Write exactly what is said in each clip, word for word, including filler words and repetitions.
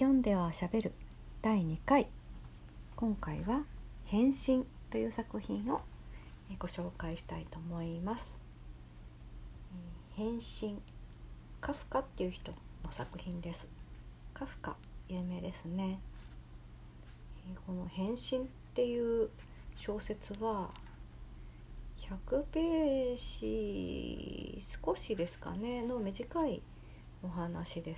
読んではしゃべるだいにかい。今回は変身という作品をご紹介したいと思います。変身、カフカっていう人の作品です。カフカ有名ですね。この変身っていう小説はひゃくページ少しですかねの短いお話です。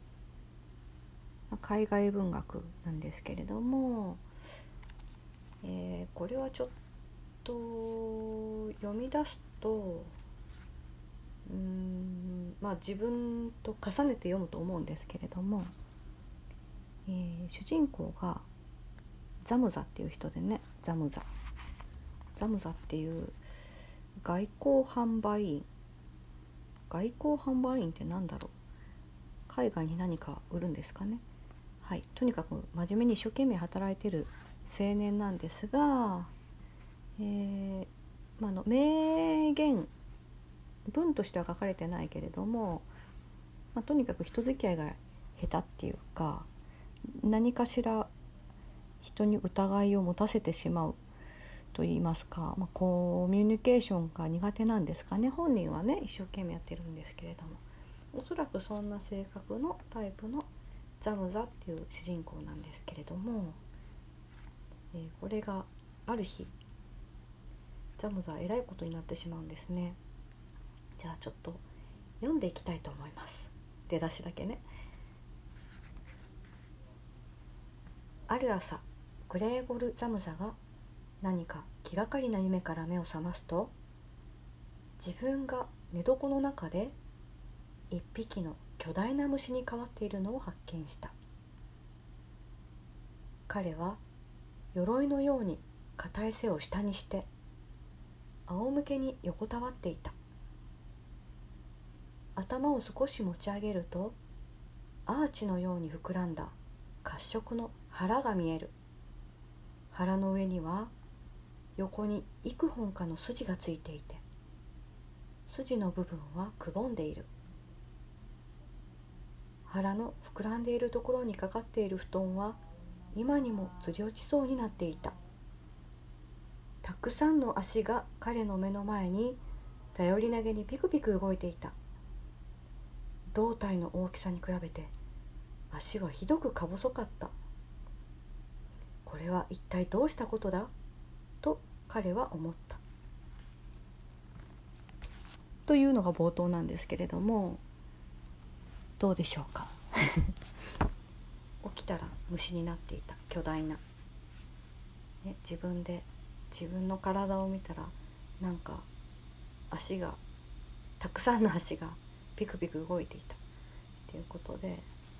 海外文学なんですけれども、えー、これはちょっと読み出すとうーんまあ自分と重ねて読むと思うんですけれども、えー、主人公がザムザっていう人でね、ザムザザムザっていう外交販売員外交販売員ってなんだろう、海外に何か売るんですかね。はい、とにかく真面目に一生懸命働いてる青年なんですが、えーまあ、の名言文としては書かれてないけれども、まあ、とにかく人付き合いが下手っていうか、何かしら人に疑いを持たせてしまうといいますか、まあ、コミュニケーションが苦手なんですかね。本人はね一生懸命やってるんですけれども、おそらくそんな性格のタイプのザムザっていう主人公なんですけれども、えー、これがある日ザムザはえらいことになってしまうんですね。じゃあちょっと読んでいきたいと思います。出だしだけね。ある朝、グレーゴル・ザムザが何か気がかりな夢から目を覚ますと、自分が寝床の中で一匹の巨大な虫に変わっているのを発見した。彼は鎧のように硬い背を下にして仰向けに横たわっていた。頭を少し持ち上げるとアーチのように膨らんだ褐色の腹が見える。腹の上には横に幾本かの筋がついていて、筋の部分はくぼんでいる。腹の膨らんでいるところにかかっている布団は今にもずり落ちそうになっていた。たくさんの足が彼の目の前に頼り投げにピクピク動いていた。胴体の大きさに比べて足はひどくか細かった。これは一体どうしたことだと彼は思った。というのが冒頭なんですけれども、どうでしょうか。起きたら虫になっていた巨大な、ね、自分で自分の体を見たらなんか足がたくさんの足がピクピク動いていたっていうことで、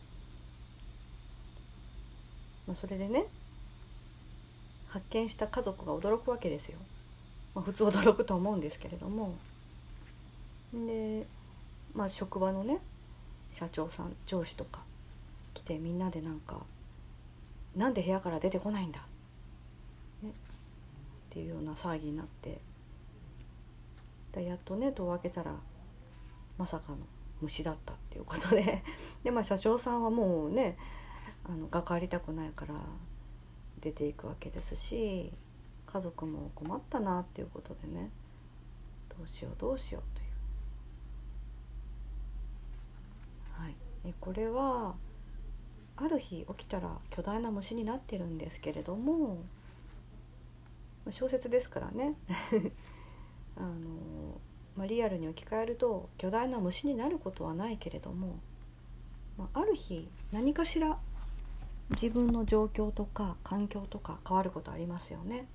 まあ、それでね発見した家族が驚くわけですよ。まあ、普通驚くと思うんですけれども、で、まあ、職場のね社長さん上司とか来て、みんなでなんかなんで部屋から出てこないんだ、ね、っていうような騒ぎになって、でやっとね戸を開けたらまさかの虫だったっていうことでで、まあ、社長さんはもうねあの関わりたくないから出ていくわけですし、家族も困ったなっていうことでね、どうしようどうしようという、はい、えこれはある日起きたら巨大な虫になってるんですけれども、小説ですからねあの、まあ、リアルに置き換えると巨大な虫になることはないけれども、まあ、ある日何かしら自分の状況とか環境とか変わることありますよね。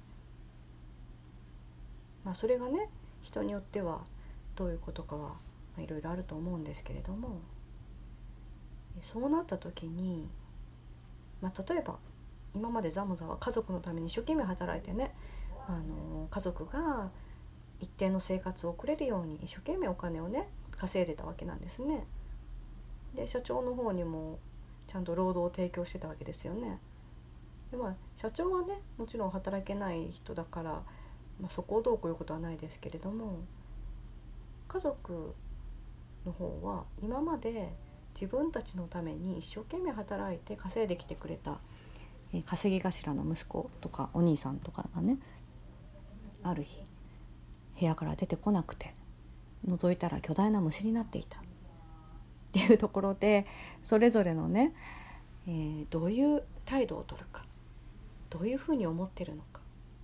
まあ、それがね人によってはどういうことかはいろいろあると思うんですけれども、そうなった時に、まあ、例えば今までザムザは家族のために一生懸命働いてね、あの家族が一定の生活を送れるように一生懸命お金をね稼いでたわけなんですね。で社長の方にもちゃんと労働を提供してたわけですよね。で、まあ、社長はねもちろん働けない人だから、まあ、そこをどうこういうことはないですけれども、家族の方は今まで自分たちのために一生懸命働いて稼いできてくれた、えー、稼ぎ頭の息子とかお兄さんとかがね、ある日部屋から出てこなくて、覗いたら巨大な虫になっていたっていうところで、それぞれのね、えー、どういう態度を取るか、どういうふうに思ってるのか。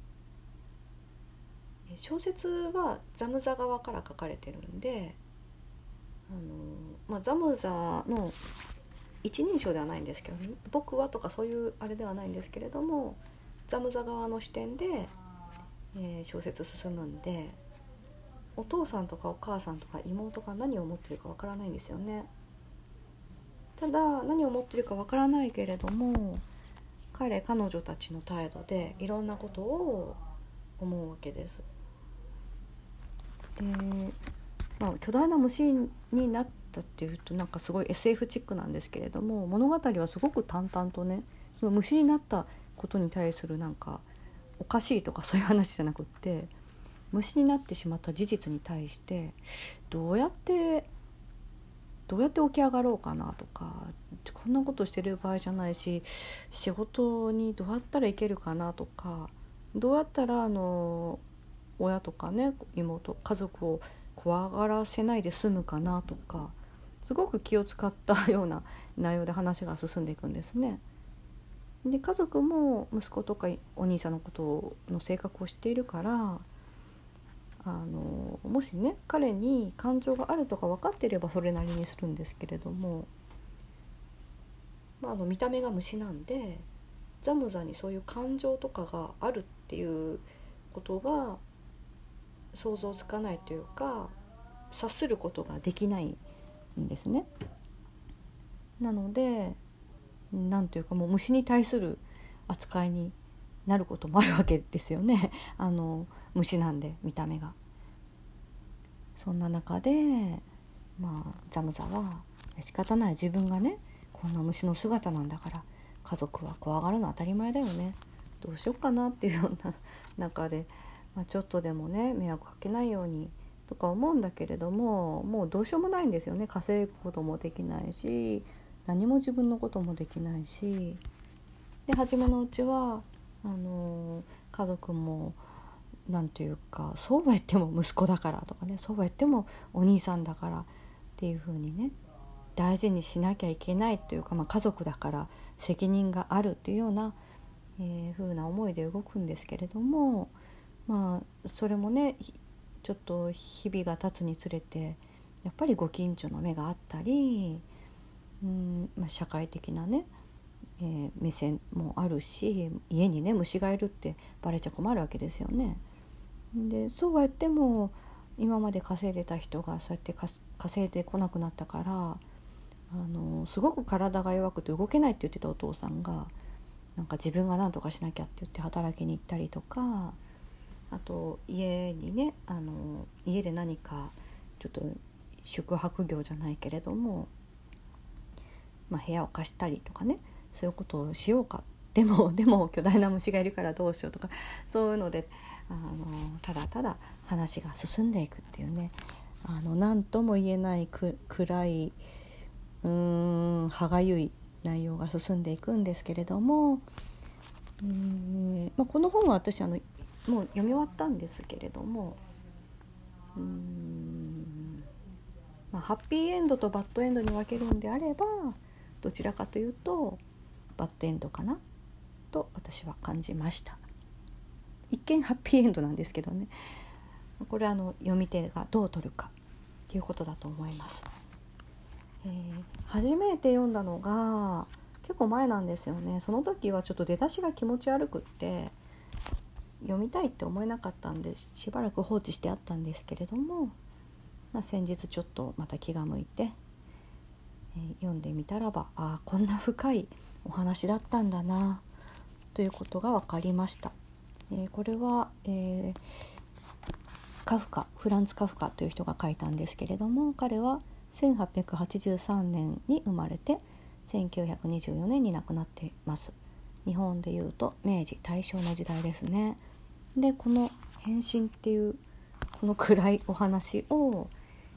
小説はザムザ側から書かれてるんで、あの、まあ、ザムザの一人称ではないんですけど、ね、僕はとかそういうあれではないんですけれども、ザムザ側の視点で、えー、小説進むんで、お父さんとかお母さんとか妹が何を思ってるかわからないんですよね。ただ何を思ってるかわからないけれども、彼彼女たちの態度でいろんなことを思うわけです。で、まあ、巨大な虫になったっていうとなんかすごい エスエフ チックなんですけれども、物語はすごく淡々とね、その虫になったことに対するなんかおかしいとかそういう話じゃなくって、虫になってしまった事実に対してどうやってどうやって起き上がろうかなとか、こんなことしてる場合じゃないし、仕事にどうやったらいけるかなとか、どうやったらあの親とかね、妹家族を怖がらせないで済むかなとか、すごく気を使ったような内容で話が進んでいくんですね。で、家族も息子とかお兄さんのことの性格を知っているから、あのもしね彼に感情があるとか分かっていればそれなりにするんですけれども、まあ、あの見た目が虫なんで、ザムザにそういう感情とかがあるっていうことが想像つかないというか、察することができないんですね。なのでなんというか、もう虫に対する扱いになることもあるわけですよね。あの虫なんで見た目が。そんな中で、まあ、ザムザは仕方ない、自分がねこんな虫の姿なんだから家族は怖がるの当たり前だよね、どうしようかなっていうような中で、まあ、ちょっとでもね迷惑かけないようにとか思うんだけれども、もうどうしようもないんですよね。稼ぐこともできないし、何も自分のこともできないし、で初めのうちはあの家族もなんていうか、そうは言っても息子だからとかね、そうは言ってもお兄さんだからっていう風にね、大事にしなきゃいけないというか、まあ、家族だから責任があるっていうような、えー、風な思いで動くんですけれども、まあそれもねちょっと日々が経つにつれてやっぱりご近所の目があったり、うん、まあ、社会的なね、えー、目線もあるし、家にね虫がいるってバレちゃ困るわけですよね。でそうは言っても今まで稼いでた人がそうやって稼いでこなくなったから、あのすごく体が弱くて動けないって言ってたお父さんが、なんか自分が何とかしなきゃって言って働きに行ったりとか、あと家にねあの家で何かちょっと宿泊業じゃないけれども、まあ、部屋を貸したりとかね、そういうことをしようか、でもでも巨大な虫がいるからどうしようとか、そういうのであのただただ話が進んでいくっていうね、あの何とも言えないく暗いうーん歯がゆい内容が進んでいくんですけれども、うーん、まあ、この本は私あのもう読み終わったんですけれども、うーん、まあ、ハッピーエンドとバッドエンドに分けるんであればどちらかというとバッドエンドかなと私は感じました。一見ハッピーエンドなんですけどね、これはあの読み手がどう取るかっていうことだと思います。えー、初めて読んだのが結構前なんですよね。その時はちょっと出だしが気持ち悪くって読みたいって思えなかったんでしばらく放置してあったんですけれども、まあ、先日ちょっとまた気が向いて、えー、読んでみたらば、あ、こんな深いお話だったんだなということが分かりました。えー、これは、えー、カフカフランツ・カフカという人が書いたんですけれども、彼はせんはっぴゃくはちじゅうさんねんに生まれてせんきゅうひゃくにじゅうよねんに亡くなっています。日本でいうと明治大正の時代ですね。でこの変身っていうこの暗いお話を、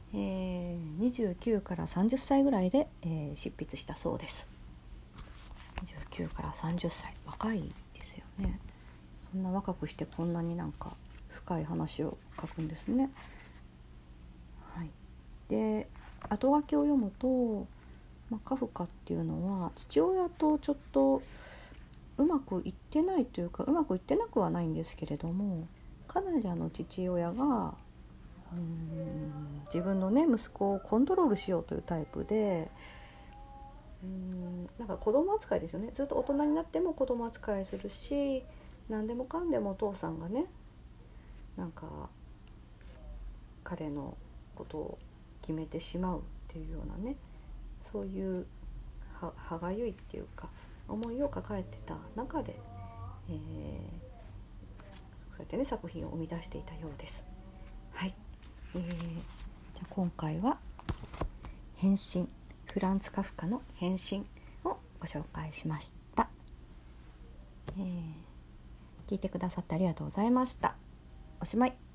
えー、にじゅうきゅうからさんじゅっさいぐらいで、えー、執筆したそうです。にじゅうきゅうからさんじゅっさい、若いですよね。そんな若くしてこんなになんか深い話を書くんですね。はい、で後書きを読むと、まあ、カフカっていうのは父親とちょっとうまくいってないというか、うまくいってなくはないんですけれども、かなりあの父親がうーん自分のね息子をコントロールしようというタイプで、うーんなんか子供扱いですよね。ずっと大人になっても子供扱いするし、何でもかんでもお父さんがねなんか彼のことを決めてしまうっていうようなね、そういうは歯がゆいっていうか思いを抱えてた中で、えー、そうやってね作品を生み出していたようです。はい、えー、じゃあ今回は変身、フランツ・カフカの変身をご紹介しました。えー、聞いてくださってありがとうございました。おしまい。